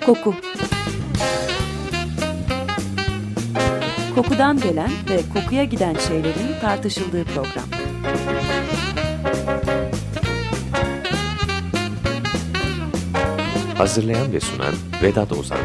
Koku. Kokudan gelen ve kokuya giden şeylerin tartışıldığı program. Hazırlayan ve sunan Vedat Ozan.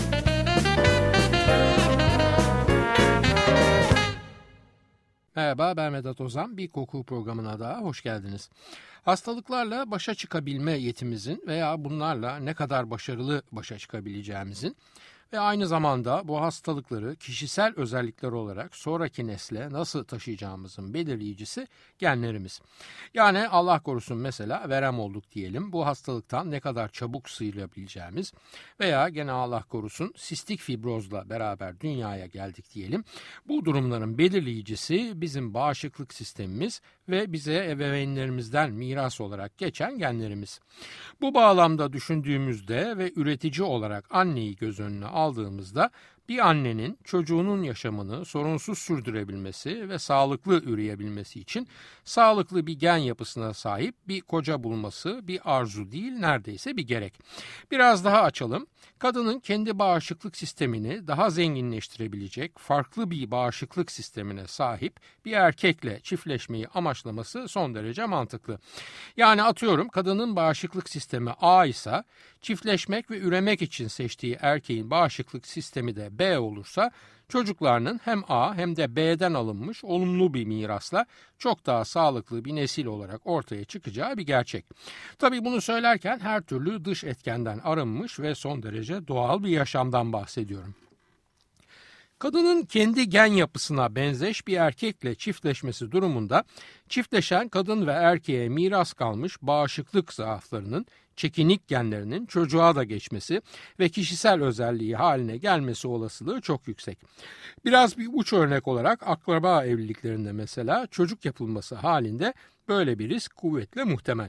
Merhaba, ben Vedat Ozan. Bir koku programına daha hoş geldiniz. Hastalıklarla başa çıkabilme yetimizin veya bunlarla ne kadar başarılı başa çıkabileceğimizin ve aynı zamanda bu hastalıkları kişisel özellikler olarak sonraki nesle nasıl taşıyacağımızın belirleyicisi genlerimiz. Yani Allah korusun mesela verem olduk diyelim, bu hastalıktan ne kadar çabuk sıyrılabileceğimiz veya gene Allah korusun sistik fibrozla beraber dünyaya geldik diyelim. Bu durumların belirleyicisi bizim bağışıklık sistemimiz ve bize ebeveynlerimizden miras olarak geçen genlerimiz. Bu bağlamda düşündüğümüzde ve üretici olarak anneyi göz önüne aldığımızda bir annenin çocuğunun yaşamını sorunsuz sürdürebilmesi ve sağlıklı üreyebilmesi için sağlıklı bir gen yapısına sahip bir koca bulması bir arzu değil, neredeyse bir gerek. Biraz daha açalım. Kadının kendi bağışıklık sistemini daha zenginleştirebilecek farklı bir bağışıklık sistemine sahip bir erkekle çiftleşmeyi amaçlaması son derece mantıklı. Yani atıyorum, kadının bağışıklık sistemi A ise çiftleşmek ve üremek için seçtiği erkeğin bağışıklık sistemi de B olursa çocuklarının hem A hem de B'den alınmış olumlu bir mirasla çok daha sağlıklı bir nesil olarak ortaya çıkacağı bir gerçek. Tabii bunu söylerken her türlü dış etkenden arınmış ve son derece doğal bir yaşamdan bahsediyorum. Kadının kendi gen yapısına benzeş bir erkekle çiftleşmesi durumunda çiftleşen kadın ve erkeğe miras kalmış bağışıklık zaaflarının, çekinik genlerinin çocuğa da geçmesi ve kişisel özelliği haline gelmesi olasılığı çok yüksek. Biraz bir uç örnek olarak akraba evliliklerinde mesela çocuk yapılması halinde böyle bir risk kuvvetle muhtemel.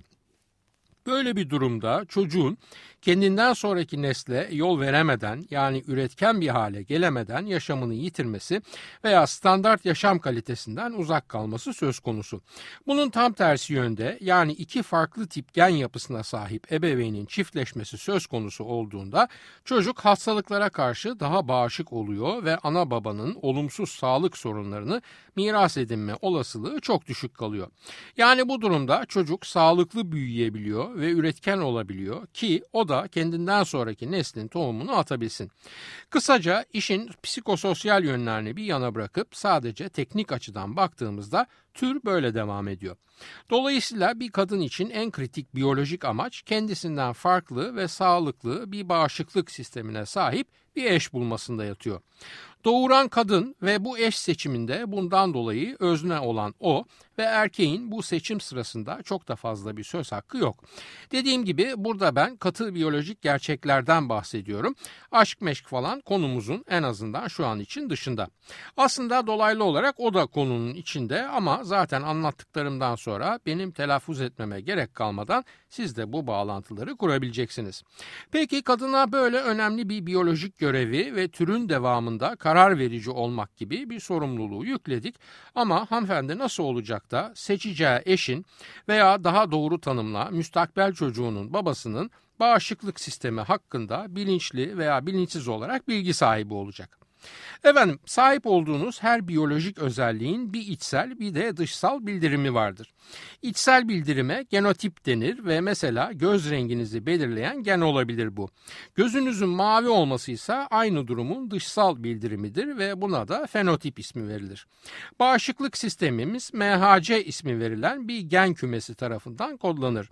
Böyle bir durumda çocuğun kendinden sonraki nesle yol veremeden, yani üretken bir hale gelemeden yaşamını yitirmesi veya standart yaşam kalitesinden uzak kalması söz konusu. Bunun tam tersi yönde, yani iki farklı tip gen yapısına sahip ebeveynin çiftleşmesi söz konusu olduğunda çocuk hastalıklara karşı daha bağışık oluyor ve ana babanın olumsuz sağlık sorunlarını miras edinme olasılığı çok düşük kalıyor. Yani bu durumda çocuk sağlıklı büyüyebiliyor ve üretken olabiliyor ki o da kendinden sonraki neslin tohumunu atabilsin. Kısaca işin psikososyal yönlerini bir yana bırakıp sadece teknik açıdan baktığımızda tür böyle devam ediyor. Dolayısıyla bir kadın için en kritik biyolojik amaç kendisinden farklı ve sağlıklı bir bağışıklık sistemine sahip bir eş bulmasında yatıyor. Doğuran kadın ve bu eş seçiminde bundan dolayı özne olan o ve erkeğin bu seçim sırasında çok da fazla bir söz hakkı yok. Dediğim gibi burada ben katı biyolojik gerçeklerden bahsediyorum. Aşk meşk falan konumuzun en azından şu an için dışında. Aslında dolaylı olarak o da konunun içinde ama zaten anlattıklarımdan sonra benim telaffuz etmeme gerek kalmadan siz de bu bağlantıları kurabileceksiniz. Peki kadına böyle önemli bir biyolojik görevi ve türün devamında karar verici olmak gibi bir sorumluluğu yükledik ama hanımefendi nasıl olacak da seçeceği eşin veya daha doğru tanımla müstakbel çocuğunun babasının bağışıklık sistemi hakkında bilinçli veya bilinçsiz olarak bilgi sahibi olacak? Efendim, sahip olduğunuz her biyolojik özelliğin bir içsel bir de dışsal bildirimi vardır. İçsel bildirime genotip denir ve mesela göz renginizi belirleyen gen olabilir bu. Gözünüzün mavi olması ise aynı durumun dışsal bildirimidir ve buna da fenotip ismi verilir. Bağışıklık sistemimiz MHC ismi verilen bir gen kümesi tarafından kodlanır.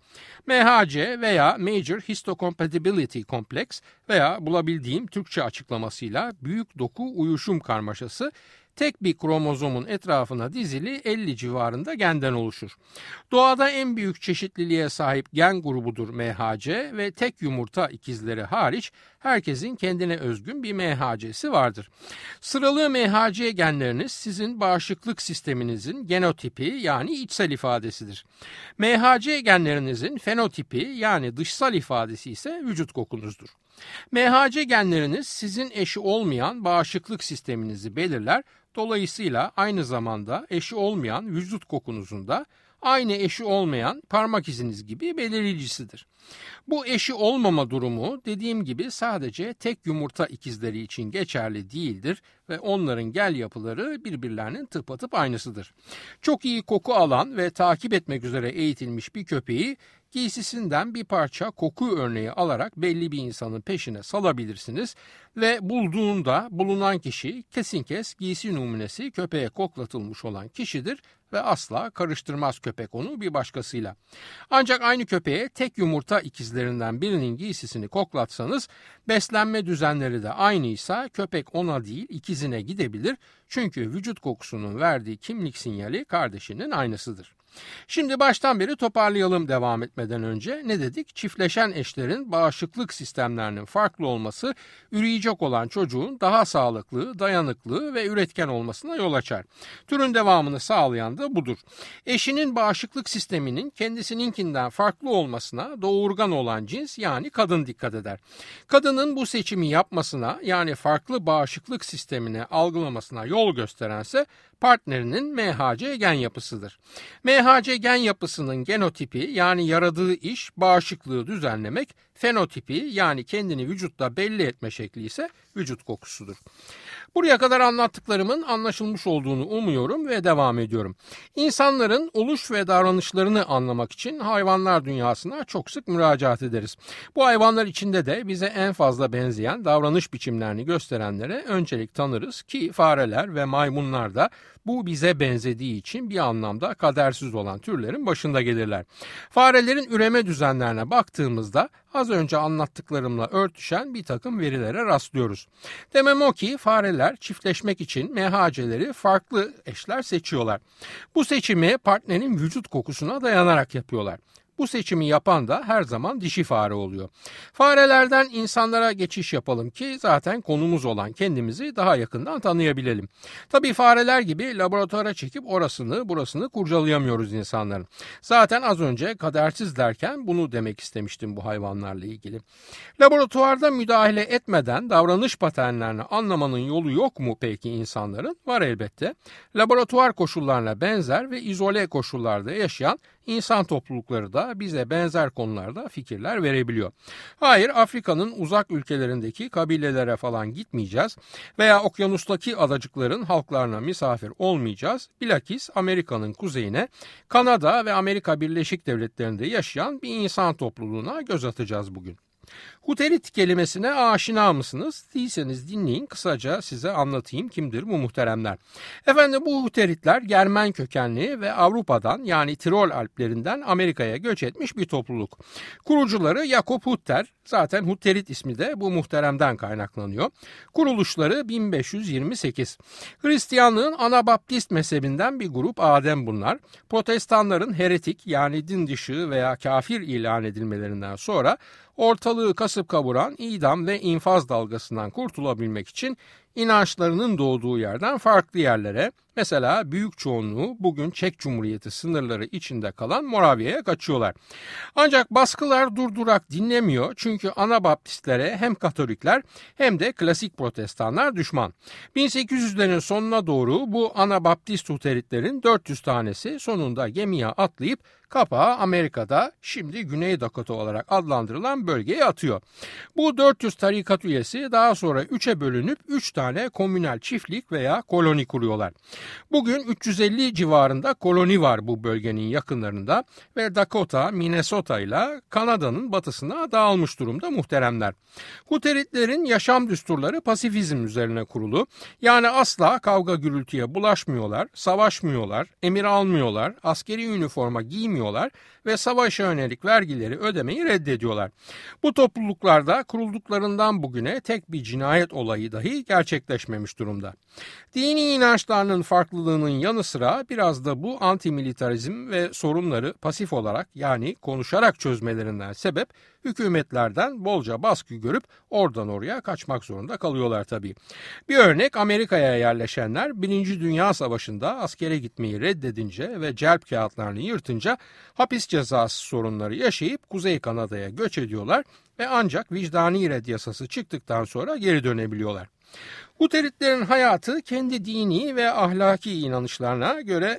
MHC veya Major Histocompatibility Complex veya bulabildiğim Türkçe açıklamasıyla büyük doku uyuşum karmaşası tek bir kromozomun etrafına dizili 50 civarında genden oluşur. Doğada en büyük çeşitliliğe sahip gen grubudur MHC ve tek yumurta ikizleri hariç herkesin kendine özgün bir MHC'si vardır. Sıralı MHC genleriniz sizin bağışıklık sisteminizin genotipi yani içsel ifadesidir. MHC genlerinizin fenotipi yani dışsal ifadesi ise vücut kokunuzdur. MHC genleriniz sizin eşi olmayan bağışıklık sisteminizi belirler. Dolayısıyla aynı zamanda eşi olmayan vücut kokunuzun da aynı eşi olmayan parmak iziniz gibi belirleyicisidir. Bu eşi olmama durumu dediğim gibi sadece tek yumurta ikizleri için geçerli değildir ve onların gel yapıları birbirlerinin tıpatıp aynısıdır. Çok iyi koku alan ve takip etmek üzere eğitilmiş bir köpeği giysisinden bir parça koku örneği alarak belli bir insanın peşine salabilirsiniz ve bulduğunda bulunan kişi kesin kes giysi numunesi köpeğe koklatılmış olan kişidir ve asla karıştırmaz köpek onu bir başkasıyla. Ancak aynı köpeğe tek yumurta ikizlerinden birinin giysisini koklatsanız beslenme düzenleri de aynıysa köpek ona değil ikizine gidebilir çünkü vücut kokusunun verdiği kimlik sinyali kardeşinin aynısıdır. Şimdi baştan beri toparlayalım devam etmeden önce. Ne dedik? Çiftleşen eşlerin bağışıklık sistemlerinin farklı olması üreyecek olan çocuğun daha sağlıklı, dayanıklı ve üretken olmasına yol açar. Türün devamını sağlayan da budur. Eşinin bağışıklık sisteminin kendisininkinden farklı olmasına doğurgan olan cins yani kadın dikkat eder. Kadının bu seçimi yapmasına yani farklı bağışıklık sistemini algılamasına yol gösterense partnerinin MHC gen yapısıdır. MHC gen yapısının genotipi yani yaradığı iş bağışıklığı düzenlemek, fenotipi yani kendini vücutta belli etme şekli ise vücut kokusudur. Buraya kadar anlattıklarımın anlaşılmış olduğunu umuyorum ve devam ediyorum. İnsanların oluş ve davranışlarını anlamak için hayvanlar dünyasına çok sık müracaat ederiz. Bu hayvanlar içinde de bize en fazla benzeyen davranış biçimlerini gösterenlere öncelik tanırız ki fareler ve maymunlar da bu bize benzediği için bir anlamda kadersiz olan türlerin başında gelirler. Farelerin üreme düzenlerine baktığımızda az önce anlattıklarımla örtüşen bir takım verilere rastlıyoruz. Demem o ki fareler çiftleşmek için MHC'leri farklı eşler seçiyorlar. Bu seçimi partnerin vücut kokusuna dayanarak yapıyorlar. Bu seçimi yapan da her zaman dişi fare oluyor. Farelerden insanlara geçiş yapalım ki zaten konumuz olan kendimizi daha yakından tanıyabilelim. Tabii fareler gibi laboratuvara çekip orasını burasını kurcalayamıyoruz insanların. Zaten az önce kadersiz derken bunu demek istemiştim bu hayvanlarla ilgili. Laboratuvarda müdahale etmeden davranış paternlerini anlamanın yolu yok mu peki insanların? Var elbette. Laboratuvar koşullarına benzer ve izole koşullarda yaşayan İnsan toplulukları da bize benzer konularda fikirler verebiliyor. Hayır, Afrika'nın uzak ülkelerindeki kabilelere falan gitmeyeceğiz veya okyanustaki adacıkların halklarına misafir olmayacağız. Bilakis Amerika'nın kuzeyine, Kanada ve Amerika Birleşik Devletleri'nde yaşayan bir insan topluluğuna göz atacağız bugün. Huterit kelimesine aşina mısınız? Değilseniz dinleyin, kısaca size anlatayım kimdir bu muhteremler. Efendim bu Huteritler Germen kökenli ve Avrupa'dan yani Tirol Alplerinden Amerika'ya göç etmiş bir topluluk. Kurucuları Jakob Hutter, zaten Huterit ismi de bu muhteremden kaynaklanıyor. Kuruluşları 1528. Hristiyanlığın Anabaptist mezhebinden bir grup adem bunlar. Protestanların heretik yani din dışı veya kafir ilan edilmelerinden sonra ortalığı kasıp kavuran idam ve infaz dalgasından kurtulabilmek için inançlarının doğduğu yerden farklı yerlere, mesela büyük çoğunluğu bugün Çek Cumhuriyeti sınırları içinde kalan Moravya'ya kaçıyorlar. Ancak baskılar durdurak dinlemiyor çünkü Anabaptistlere hem Katolikler hem de klasik protestanlar düşman. 1800'lerin sonuna doğru bu Anabaptist Huteritlerin 400 tanesi sonunda gemiye atlayıp kapağı Amerika'da, şimdi Güney Dakota olarak adlandırılan bölgeye atıyor. Bu 400 tarikat üyesi daha sonra 3'e bölünüp 3 tane komünel çiftlik veya koloni kuruyorlar. Bugün 350 civarında koloni var bu bölgenin yakınlarında ve Dakota, Minnesota ile Kanada'nın batısına dağılmış durumda muhteremler. Huteritlerin yaşam düsturları pasifizm üzerine kurulu. Yani asla kavga gürültüye bulaşmıyorlar, savaşmıyorlar, emir almıyorlar, askeri üniforma giymiyorlar ve savaşa yönelik vergileri ödemeyi reddediyorlar. Bu topluluklarda kurulduklarından bugüne tek bir cinayet olayı dahi gerçekleşmemiş durumda. Dini inançlarının farklılığının yanı sıra biraz da bu antimilitarizm ve sorunları pasif olarak yani konuşarak çözmelerinden sebep hükümetlerden bolca baskı görüp oradan oraya kaçmak zorunda kalıyorlar tabii. Bir örnek Amerika'ya yerleşenler 1. Dünya Savaşı'nda askere gitmeyi reddedince ve celp kağıtlarını yırtınca hapis cezası sorunları yaşayıp Kuzey Kanada'ya göç ediyorlar ve ancak vicdani red yasası çıktıktan sonra geri dönebiliyorlar. Huteritlerin hayatı kendi dini ve ahlaki inanışlarına göre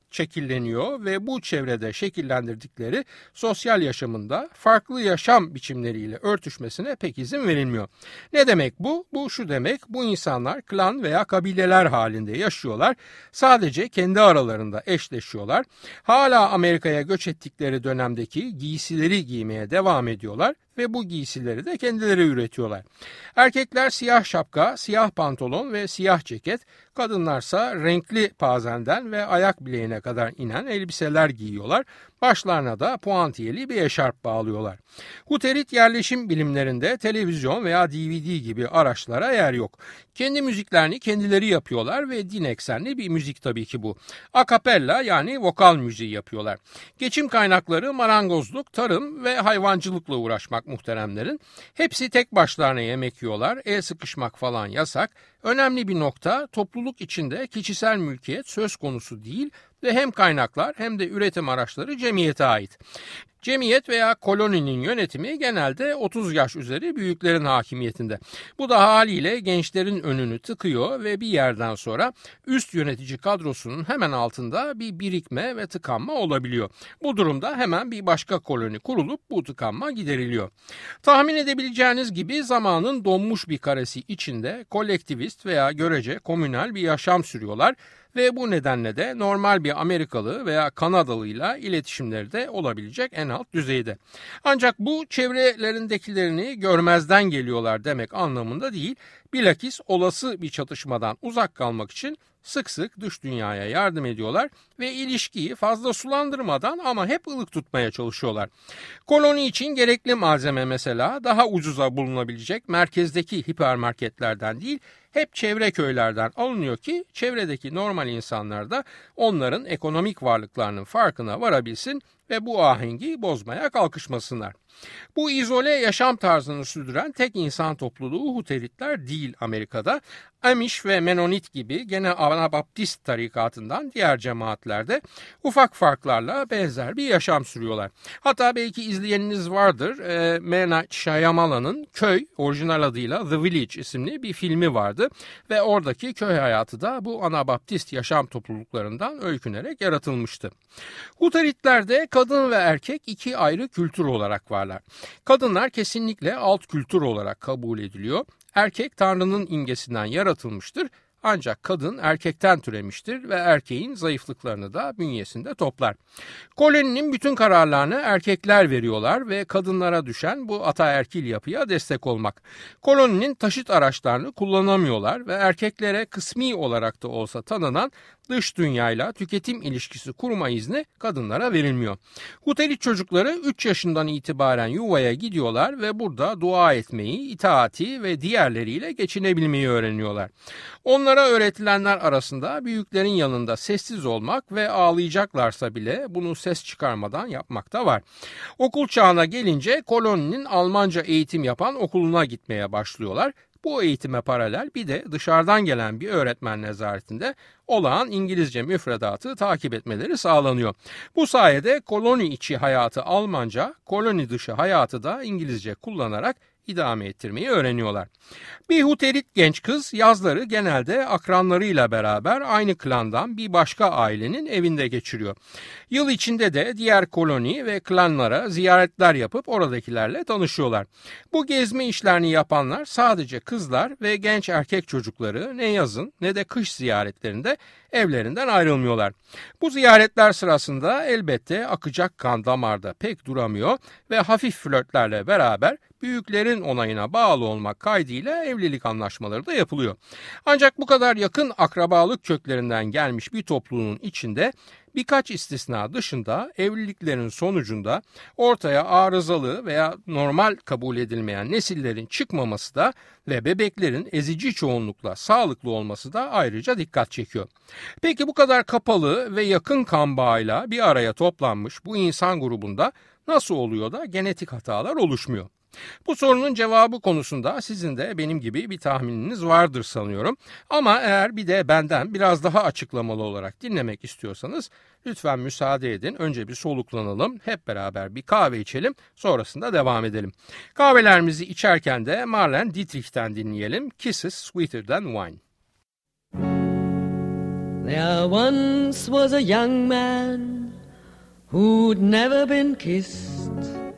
şekilleniyor ve bu çevrede şekillendirdikleri sosyal yaşamında farklı yaşam biçimleriyle örtüşmesine pek izin verilmiyor. Ne demek bu? Bu şu demek, bu insanlar klan veya kabileler halinde yaşıyorlar. Sadece kendi aralarında eşleşiyorlar. Hala Amerika'ya göç ettikleri dönemdeki giysileri giymeye devam ediyorlar ve bu giysileri de kendileri üretiyorlar. Erkekler siyah şapka, siyah pantolon ve siyah ceket, kadınlarsa renkli pazenden ve ayak bileğine kadar inen elbiseler giyiyorlar. Başlarına da puantiyeli bir eşarp bağlıyorlar. Huterit yerleşim bilimlerinde televizyon veya DVD gibi araçlara yer yok. Kendi müziklerini kendileri yapıyorlar ve din eksenli bir müzik tabii ki bu. Akapella yani vokal müziği yapıyorlar. Geçim kaynakları marangozluk, tarım ve hayvancılıkla uğraşmak muhteremlerin. Hepsi tek başlarına yemek yiyorlar, el sıkışmak falan yasak. Önemli bir nokta, topluluk içinde kişisel mülkiyet söz konusu değil ve hem kaynaklar hem de üretim araçları cemiyete ait. Cemiyet veya koloninin yönetimi genelde 30 yaş üzeri büyüklerin hakimiyetinde. Bu da haliyle gençlerin önünü tıkıyor ve bir yerden sonra üst yönetici kadrosunun hemen altında bir birikme ve tıkanma olabiliyor. Bu durumda hemen bir başka koloni kurulup bu tıkanma gideriliyor. Tahmin edebileceğiniz gibi zamanın donmuş bir karesi içinde kolektivist veya görece komünel bir yaşam sürüyorlar. Ve bu nedenle de normal bir Amerikalı veya Kanadalıyla iletişimleri de olabilecek en alt düzeyde. Ancak bu çevrelerindekilerini görmezden geliyorlar demek anlamında değil, bilakis olası bir çatışmadan uzak kalmak için sık sık dış dünyaya yardım ediyorlar ve ilişkiyi fazla sulandırmadan ama hep ılık tutmaya çalışıyorlar. Koloni için gerekli malzeme mesela daha ucuza bulunabilecek merkezdeki hipermarketlerden değil, hep çevre köylerden alınıyor ki çevredeki normal insanlar da onların ekonomik varlıklarının farkına varabilsin ve bu ahengi bozmaya kalkışmasınlar. Bu izole yaşam tarzını sürdüren tek insan topluluğu Huteritler değil Amerika'da. Amish ve Menonit gibi gene Anabaptist tarikatından diğer cemaatlerde ufak farklarla benzer bir yaşam sürüyorlar. Hatta belki izleyeniniz vardır. M. Night Shyamalan'ın Köy, orijinal adıyla The Village isimli bir filmi vardı ve oradaki köy hayatı da bu Anabaptist yaşam topluluklarından öykünerek yaratılmıştı. Huteritlerde kadın ve erkek iki ayrı kültür olarak varlar. Kadınlar kesinlikle alt kültür olarak kabul ediliyor. Erkek Tanrı'nın imgesinden yaratılmıştır. Ancak kadın erkekten türemiştir ve erkeğin zayıflıklarını da bünyesinde toplar. Koloninin bütün kararlarını erkekler veriyorlar ve kadınlara düşen bu ataerkil yapıya destek olmak. Koloninin taşıt araçlarını kullanamıyorlar ve erkeklere kısmi olarak da olsa tanınan dış dünyayla tüketim ilişkisi kurma izni kadınlara verilmiyor. Huterit çocukları 3 yaşından itibaren yuvaya gidiyorlar ve burada dua etmeyi, itaati ve diğerleriyle geçinebilmeyi öğreniyorlar. Onlara öğretilenler arasında büyüklerin yanında sessiz olmak ve ağlayacaklarsa bile bunu ses çıkarmadan yapmak da var. Okul çağına gelince koloninin Almanca eğitim yapan okuluna gitmeye başlıyorlar. Bu eğitime paralel bir de dışarıdan gelen bir öğretmen nezaretinde olağan İngilizce müfredatı takip etmeleri sağlanıyor. Bu sayede koloni içi hayatı Almanca, koloni dışı hayatı da İngilizce kullanarak idame ettirmeyi öğreniyorlar. Bir Huterit genç kız yazları genelde akranlarıyla beraber aynı klandan bir başka ailenin evinde geçiriyor. Yıl içinde de diğer koloni ve klanlara ziyaretler yapıp oradakilerle tanışıyorlar. Bu gezme işlerini yapanlar sadece kızlar ve genç erkek çocukları ne yazın ne de kış ziyaretlerinde evlerinden ayrılmıyorlar. Bu ziyaretler sırasında elbette akacak kan damarda pek duramıyor ve hafif flörtlerle beraber büyüklerin onayına bağlı olmak kaydıyla evlilik anlaşmaları da yapılıyor. Ancak bu kadar yakın akrabalık köklerinden gelmiş bir topluluğun içinde birkaç istisna dışında evliliklerin sonucunda ortaya arızalı veya normal kabul edilmeyen nesillerin çıkmaması da ve bebeklerin ezici çoğunlukla sağlıklı olması da ayrıca dikkat çekiyor. Peki bu kadar kapalı ve yakın kan bağıyla bir araya toplanmış bu insan grubunda nasıl oluyor da genetik hatalar oluşmuyor? Bu sorunun cevabı konusunda sizin de benim gibi bir tahmininiz vardır sanıyorum. Ama eğer bir de benden biraz daha açıklamalı olarak dinlemek istiyorsanız lütfen müsaade edin. Önce bir soluklanalım, hep beraber bir kahve içelim, sonrasında devam edelim. Kahvelerimizi içerken de Marlene Dietrich'ten dinleyelim. Kisses Sweeter Than Wine. There once was a young man who'd never been kissed.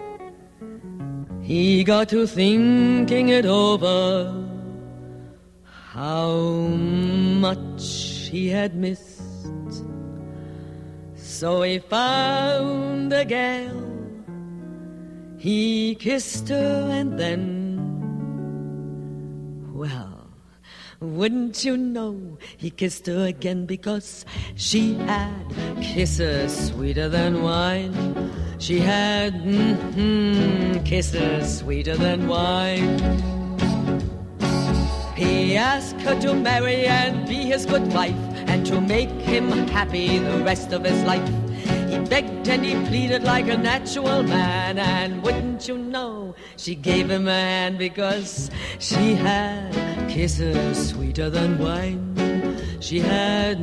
He got to thinking it over, how much he had missed. So he found a gal, he kissed her and then, well, wouldn't you know, he kissed her again because she had kisses sweeter than wine. She had kisses sweeter than wine. He asked her to marry and be his good wife, and to make him happy the rest of his life. He begged and he pleaded like a natural man, and wouldn't you know, she gave him a hand because she had kisses sweeter than wine. She had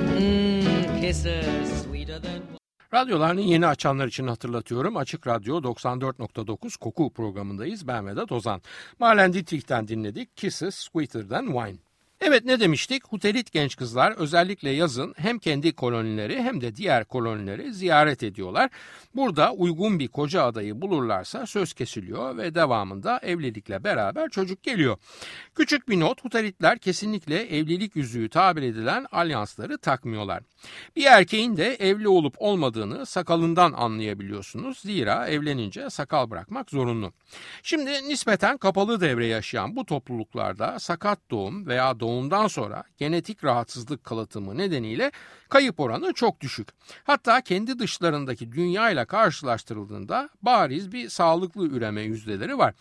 kisses sweeter than wine. Radyolarını yeni açanlar için hatırlatıyorum. Açık Radyo 94.9 Koku programındayız. Ben Vedat Ozan. Marlene Dietrich'ten dinledik. Kisses Sweeter Than Wine. Evet, ne demiştik? Huterit genç kızlar özellikle yazın hem kendi kolonileri hem de diğer kolonileri ziyaret ediyorlar. Burada uygun bir koca adayı bulurlarsa söz kesiliyor ve devamında evlilikle beraber çocuk geliyor. Küçük bir not, Huteritler kesinlikle evlilik yüzüğü tabir edilen alyansları takmıyorlar. Bir erkeğin de evli olup olmadığını sakalından anlayabiliyorsunuz. Zira evlenince sakal bırakmak zorunlu. Şimdi nispeten kapalı devre yaşayan bu topluluklarda sakat doğum veya doğumdan sonra genetik rahatsızlık kalıtımı nedeniyle kayıp oranı çok düşük. Hatta kendi dışlarındaki dünya ile karşılaştırıldığında bariz bir sağlıklı üreme yüzdeleri var.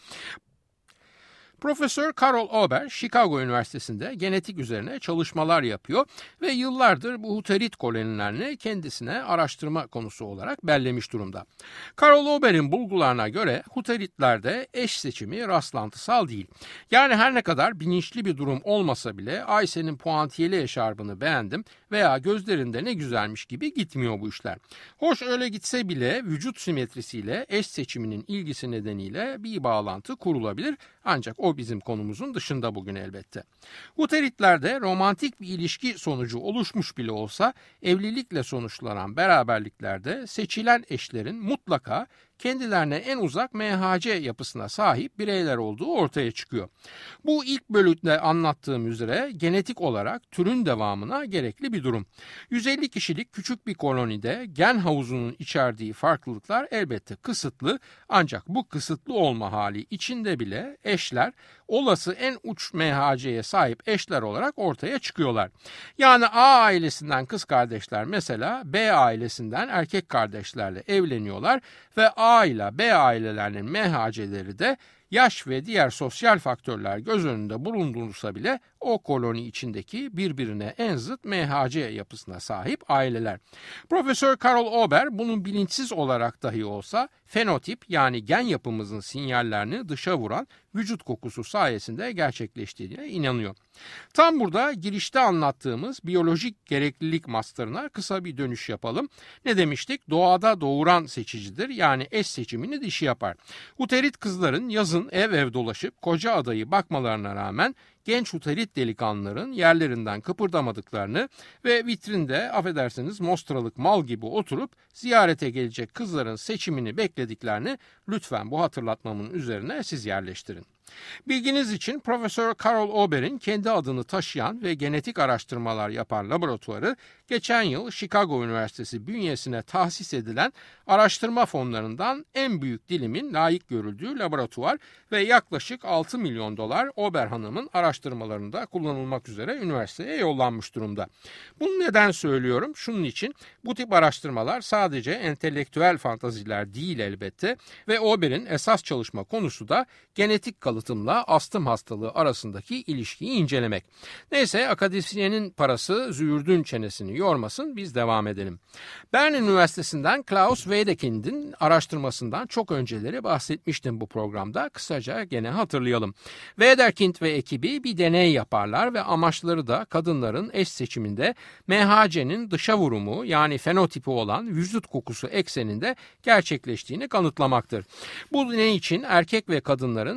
Profesör Carol Ober, Chicago Üniversitesi'nde genetik üzerine çalışmalar yapıyor ve yıllardır bu huterit kolonilerini kendisine araştırma konusu olarak bellemiş durumda. Carol Ober'in bulgularına göre huteritlerde eş seçimi rastlantısal değil. Yani her ne kadar bilinçli bir durum olmasa bile "ay senin puantiyeli eşarbını beğendim" veya "gözlerinde ne güzelmiş" gibi gitmiyor bu işler. Hoş öyle gitse bile vücut simetrisiyle eş seçiminin ilgisi nedeniyle bir bağlantı kurulabilir, ancak o bizim konumuzun dışında bugün elbette. Huteritlerde romantik bir ilişki sonucu oluşmuş bile olsa evlilikle sonuçlanan beraberliklerde seçilen eşlerin mutlaka kendilerine en uzak MHC yapısına sahip bireyler olduğu ortaya çıkıyor. Bu ilk bölümde anlattığım üzere genetik olarak türün devamına gerekli bir durum. 150 kişilik küçük bir kolonide gen havuzunun içerdiği farklılıklar elbette kısıtlı, ancak bu kısıtlı olma hali içinde bile eşler olası en uç MHC'ye sahip eşler olarak ortaya çıkıyorlar. Yani A ailesinden kız kardeşler mesela B ailesinden erkek kardeşlerle evleniyorlar ve A ile B ailelerinin MHC'leri de yaş ve diğer sosyal faktörler göz önünde bulundurulsa bile o koloni içindeki birbirine en zıt MHC yapısına sahip aileler. Profesör Carol Ober bunun bilinçsiz olarak dahi olsa fenotip, yani gen yapımızın sinyallerini dışa vuran vücut kokusu sayesinde gerçekleştiğine inanıyor. Tam burada girişte anlattığımız biyolojik gereklilik masterına kısa bir dönüş yapalım. Ne demiştik? Doğada doğuran seçicidir, yani eş seçimini dişi yapar. Huterit kızların yazın ev ev dolaşıp koca adayı bakmalarına rağmen genç huterit delikanlıların yerlerinden kıpırdamadıklarını ve vitrinde affedersiniz mostralık mal gibi oturup ziyarete gelecek kızların seçimini beklediklerini lütfen bu hatırlatmamın üzerine siz yerleştirin. Bilginiz için Profesör Carol Ober'in kendi adını taşıyan ve genetik araştırmalar yapan laboratuvarı geçen yıl Chicago Üniversitesi bünyesine tahsis edilen araştırma fonlarından en büyük dilimin layık görüldüğü laboratuvar ve yaklaşık $6 milyon Ober Hanım'ın araştırmalarında kullanılmak üzere üniversiteye yollanmış durumda. Bunu neden söylüyorum? Şunun için, bu tip araştırmalar sadece entelektüel fantaziler değil elbette ve Ober'in esas çalışma konusu da genetik kalıtımla astım hastalığı arasındaki ilişkiyi incelemek. Neyse, akademisyenin parası züğürdün çenesini yormasın, biz devam edelim. Bern Üniversitesi'nden Klaus Wedekind'in araştırmasından çok önceleri bahsetmiştim bu programda. Kısaca gene hatırlayalım. Wedekind ve ekibi bir deney yaparlar ve amaçları da kadınların eş seçiminde MHC'nin dışa vurumu, yani fenotipi olan vücut kokusu ekseninde gerçekleştiğini kanıtlamaktır. Bu deney için erkek ve kadınların MHC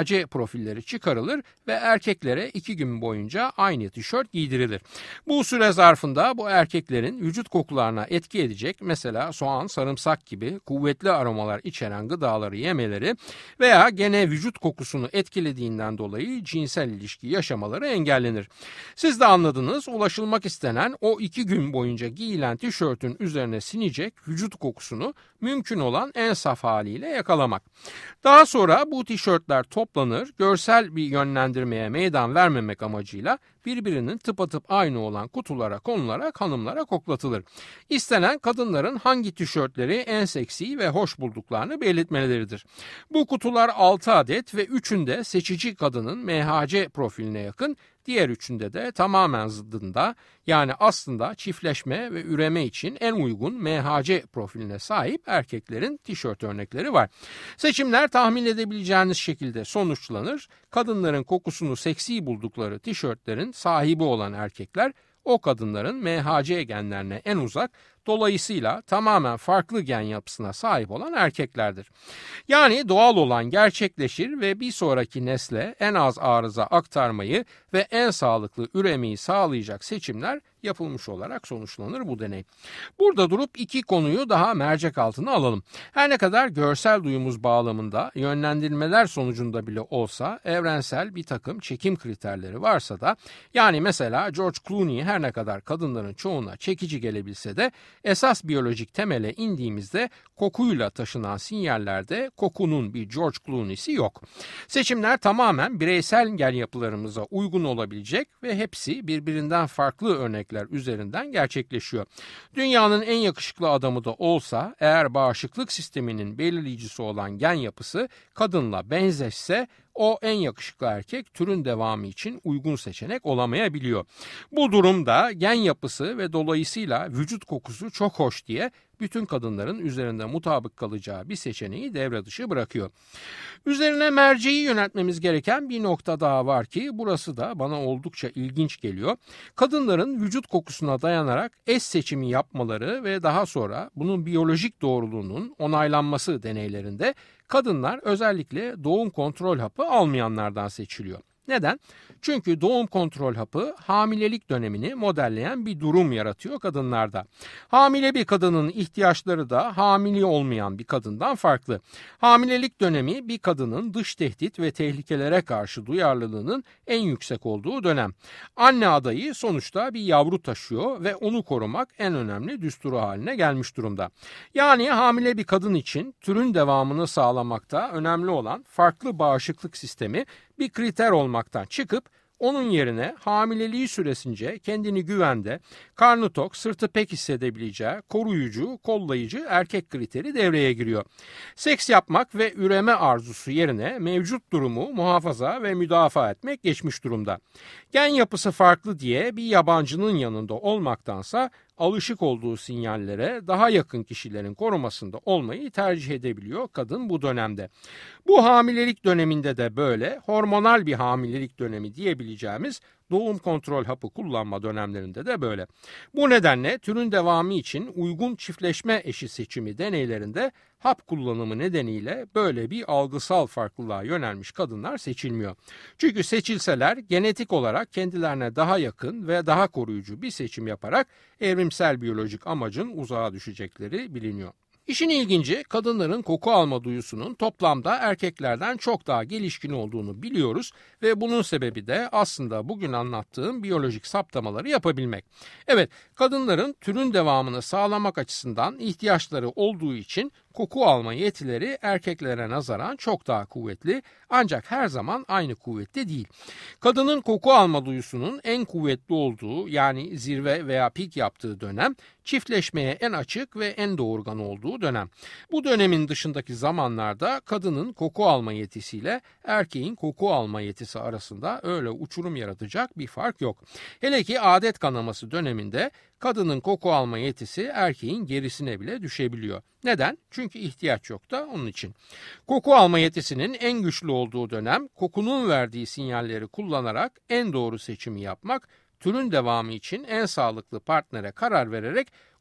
MHC profilleri çıkarılır ve erkeklere 2 gün boyunca aynı tişört giydirilir. Bu süre zarfında bu erkeklerin vücut kokularına etki edecek mesela soğan, sarımsak gibi kuvvetli aromalar içeren gıdaları yemeleri veya gene vücut kokusunu etkilediğinden dolayı cinsel ilişki yaşamaları engellenir. Siz de anladınız, ulaşılmak istenen o 2 gün boyunca giyilen tişörtün üzerine sinecek vücut kokusunu mümkün olan en saf haliyle yakalamak. Daha sonra bu tişörtler toplanır, görsel bir yönlendirmeye meydan vermemek amacıyla birbirinin tıpatıp aynı olan kutulara konularak hanımlara koklatılır. İstenen kadınların hangi tişörtleri en seksi ve hoş bulduklarını belirtmeleridir. Bu kutular 6 adet ve 3'ünde seçici kadının MHC profiline yakın, diğer 3'ünde de tamamen zıddında yani aslında çiftleşme ve üreme için en uygun MHC profiline sahip erkeklerin tişört örnekleri var. Seçimler tahmin edebileceğiniz şekilde sonuçlanır. Kadınların kokusunu seksi buldukları tişörtlerin sahibi olan erkekler o kadınların MHC genlerine en uzak, dolayısıyla tamamen farklı gen yapısına sahip olan erkeklerdir. Yani doğal olan gerçekleşir ve bir sonraki nesle en az arıza aktarmayı ve en sağlıklı üremeyi sağlayacak seçimler yapılmış olarak sonuçlanır bu deney. Burada durup 2 konuyu daha mercek altına alalım. Her ne kadar görsel duyumuz bağlamında yönlendirmeler sonucunda bile olsa evrensel bir takım çekim kriterleri varsa da, yani mesela George Clooney her ne kadar kadınların çoğuna çekici gelebilse de esas biyolojik temele indiğimizde kokuyla taşınan sinyallerde kokunun bir George Clooney'si yok. Seçimler tamamen bireysel gen yapılarımıza uygun olabilecek ve hepsi birbirinden farklı örnekler üzerinden gerçekleşiyor. Dünyanın en yakışıklı adamı da olsa eğer bağışıklık sisteminin belirleyicisi olan gen yapısı kadınla benzeşse o en yakışıklı erkek türün devamı için uygun seçenek olamayabiliyor. Bu durumda gen yapısı ve dolayısıyla vücut kokusu çok hoş diye bütün kadınların üzerinde mutabık kalacağı bir seçeneği devre dışı bırakıyor. Üzerine merceği yöneltmemiz gereken bir nokta daha var ki burası da bana oldukça ilginç geliyor. Kadınların vücut kokusuna dayanarak eş seçimi yapmaları ve daha sonra bunun biyolojik doğruluğunun onaylanması deneylerinde kadınlar özellikle doğum kontrol hapı almayanlardan seçiliyor. Neden? Çünkü doğum kontrol hapı hamilelik dönemini modelleyen bir durum yaratıyor kadınlarda. Hamile bir kadının ihtiyaçları da hamile olmayan bir kadından farklı. Hamilelik dönemi bir kadının dış tehdit ve tehlikelere karşı duyarlılığının en yüksek olduğu dönem. Anne adayı sonuçta bir yavru taşıyor ve onu korumak en önemli düsturu haline gelmiş durumda. Yani hamile bir kadın için türün devamını sağlamakta önemli olan farklı bağışıklık sistemi bir kriter olmaktan çıkıp onun yerine hamileliği süresince kendini güvende, karnı tok, sırtı pek hissedebileceği, koruyucu, kollayıcı erkek kriteri devreye giriyor. Seks yapmak ve üreme arzusu yerine mevcut durumu muhafaza ve müdafaa etmek geçmiş durumda. Gen yapısı farklı diye bir yabancının yanında olmaktansa alışık olduğu sinyallere daha yakın kişilerin korumasında olmayı tercih edebiliyor kadın bu dönemde. Bu hamilelik döneminde de böyle hormonal bir hamilelik dönemi diyebileceğimiz doğum kontrol hapı kullanma dönemlerinde de böyle. Bu nedenle türün devamı için uygun çiftleşme eşi seçimi deneylerinde hap kullanımı nedeniyle böyle bir algısal farklılığa yönelmiş kadınlar seçilmiyor. Çünkü seçilseler genetik olarak kendilerine daha yakın ve daha koruyucu bir seçim yaparak evrimsel biyolojik amacın uzağa düşecekleri biliniyor. İşin ilginci, kadınların koku alma duyusunun toplamda erkeklerden çok daha gelişkin olduğunu biliyoruz ve bunun sebebi de aslında bugün anlattığım biyolojik saptamaları yapabilmek. Evet, kadınların türün devamını sağlamak açısından ihtiyaçları olduğu için koku alma yetileri erkeklere nazaran çok daha kuvvetli, ancak her zaman aynı kuvvette değil. Kadının koku alma duyusunun en kuvvetli olduğu, yani zirve veya pik yaptığı dönem çiftleşmeye en açık ve en doğurgan olduğu dönem. Bu dönemin dışındaki zamanlarda kadının koku alma yetisiyle erkeğin koku alma yetisi arasında öyle uçurum yaratacak bir fark yok. Hele ki adet kanaması döneminde kadının koku alma yetisi erkeğin gerisine bile düşebiliyor. Neden? Çünkü ihtiyaç yok da onun için. Koku alma yetisinin en güçlü olduğu dönem kokunun verdiği sinyalleri kullanarak en doğru seçimi yapmak, türün devamı için en sağlıklı partnere karar vererek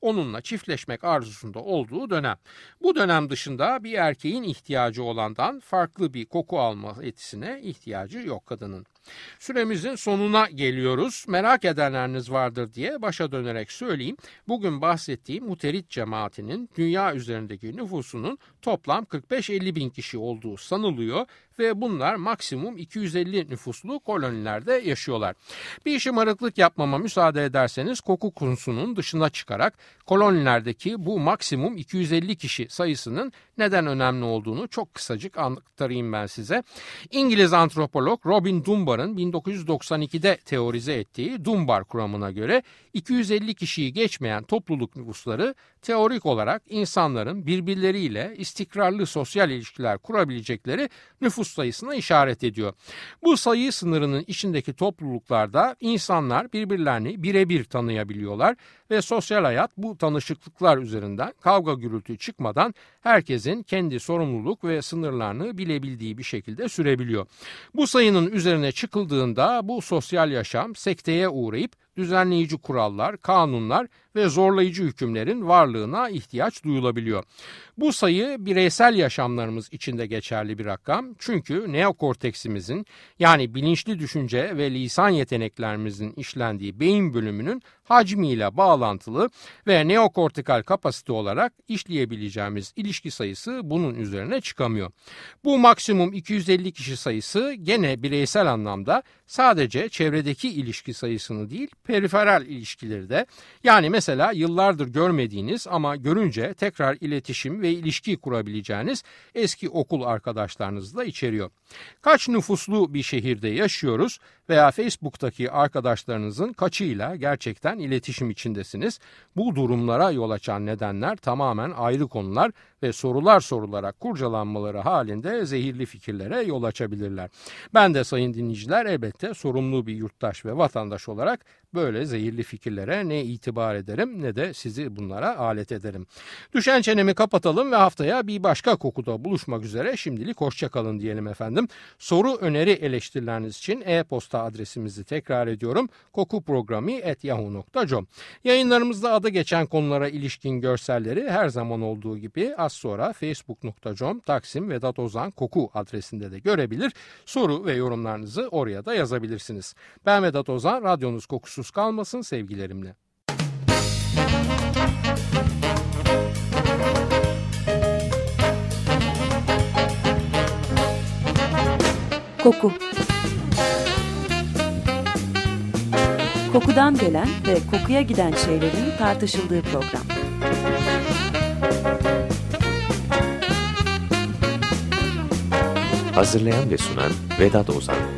onunla çiftleşmek arzusunda olduğu dönem. Bu dönem dışında bir erkeğin ihtiyacı olandan farklı bir koku alma yetisine ihtiyacı yok kadının. Süremizin sonuna geliyoruz. Merak edenleriniz vardır diye başa dönerek söyleyeyim. Bugün bahsettiğim muterit cemaatinin dünya üzerindeki nüfusunun toplam 45-50 bin kişi olduğu sanılıyor ve bunlar maksimum 250 nüfuslu kolonilerde yaşıyorlar. Bir şımarıklık yapmama müsaade ederseniz koku konusunun dışına çıkarak kolonilerdeki bu maksimum 250 kişi sayısının neden önemli olduğunu çok kısacık aktarayım ben size. İngiliz antropolog Robin Dunbar'ın 1992'de teorize ettiği Dunbar kuramına göre 250 kişiyi geçmeyen topluluk nüfusları teorik olarak insanların birbirleriyle istikrarlı sosyal ilişkiler kurabilecekleri nüfus sayısına işaret ediyor. Bu sayı sınırının içindeki topluluklarda insanlar birbirlerini birebir tanıyabiliyorlar ve sosyal hayat bu tanışıklıklar üzerinden kavga gürültü çıkmadan herkesin kendi sorumluluk ve sınırlarını bilebildiği bir şekilde sürebiliyor. Bu sayının üzerine çıkıldığında bu sosyal yaşam sekteye uğrayıp düzenleyici kurallar, kanunlar ve zorlayıcı hükümlerin varlığına ihtiyaç duyulabiliyor. Bu sayı bireysel yaşamlarımız içinde geçerli bir rakam. Çünkü neokorteksimizin yani bilinçli düşünce ve lisan yeteneklerimizin işlendiği beyin bölümünün hacmiyle bağlantılı ve neokortikal kapasite olarak işleyebileceğimiz ilişki sayısı bunun üzerine çıkamıyor. Bu maksimum 250 kişi sayısı gene bireysel anlamda sadece çevredeki ilişki sayısını değil, periferal ilişkileri de yani mesela yıllardır görmediğiniz ama görünce tekrar iletişim ve ilişki kurabileceğiniz eski okul arkadaşlarınızı da içeriyor. Kaç nüfuslu bir şehirde yaşıyoruz veya Facebook'taki arkadaşlarınızın kaçıyla gerçekten iletişim içindesiniz? Bu durumlara yol açan nedenler tamamen ayrı konular ve sorular sorularak kurcalanmaları halinde zehirli fikirlere yol açabilirler. Ben de sayın dinleyiciler elbette sorumlu bir yurttaş ve vatandaş olarak böyle zehirli fikirlere ne itibar ederim ne de sizi bunlara alet ederim. Düşen çenemi kapatalım ve haftaya bir başka kokuda buluşmak üzere şimdilik hoşçakalın diyelim efendim. Soru, öneri, eleştirileriniz için e-posta adresimizi tekrar ediyorum. kokuprogrami@yahoo.com. Yayınlarımızda adı geçen konulara ilişkin görselleri her zaman olduğu gibi az sonra facebook.com/Vedat Ozan Koku adresinde de görebilir. Soru ve yorumlarınızı oraya da yazabilirsiniz. Ben Vedat Ozan, radyonuz kokusuz kalmasın sevgilerimle. Koku. Kokudan gelen ve kokuya giden şeylerin tartışıldığı program. Hazırlayan ve sunan Vedat Ozan.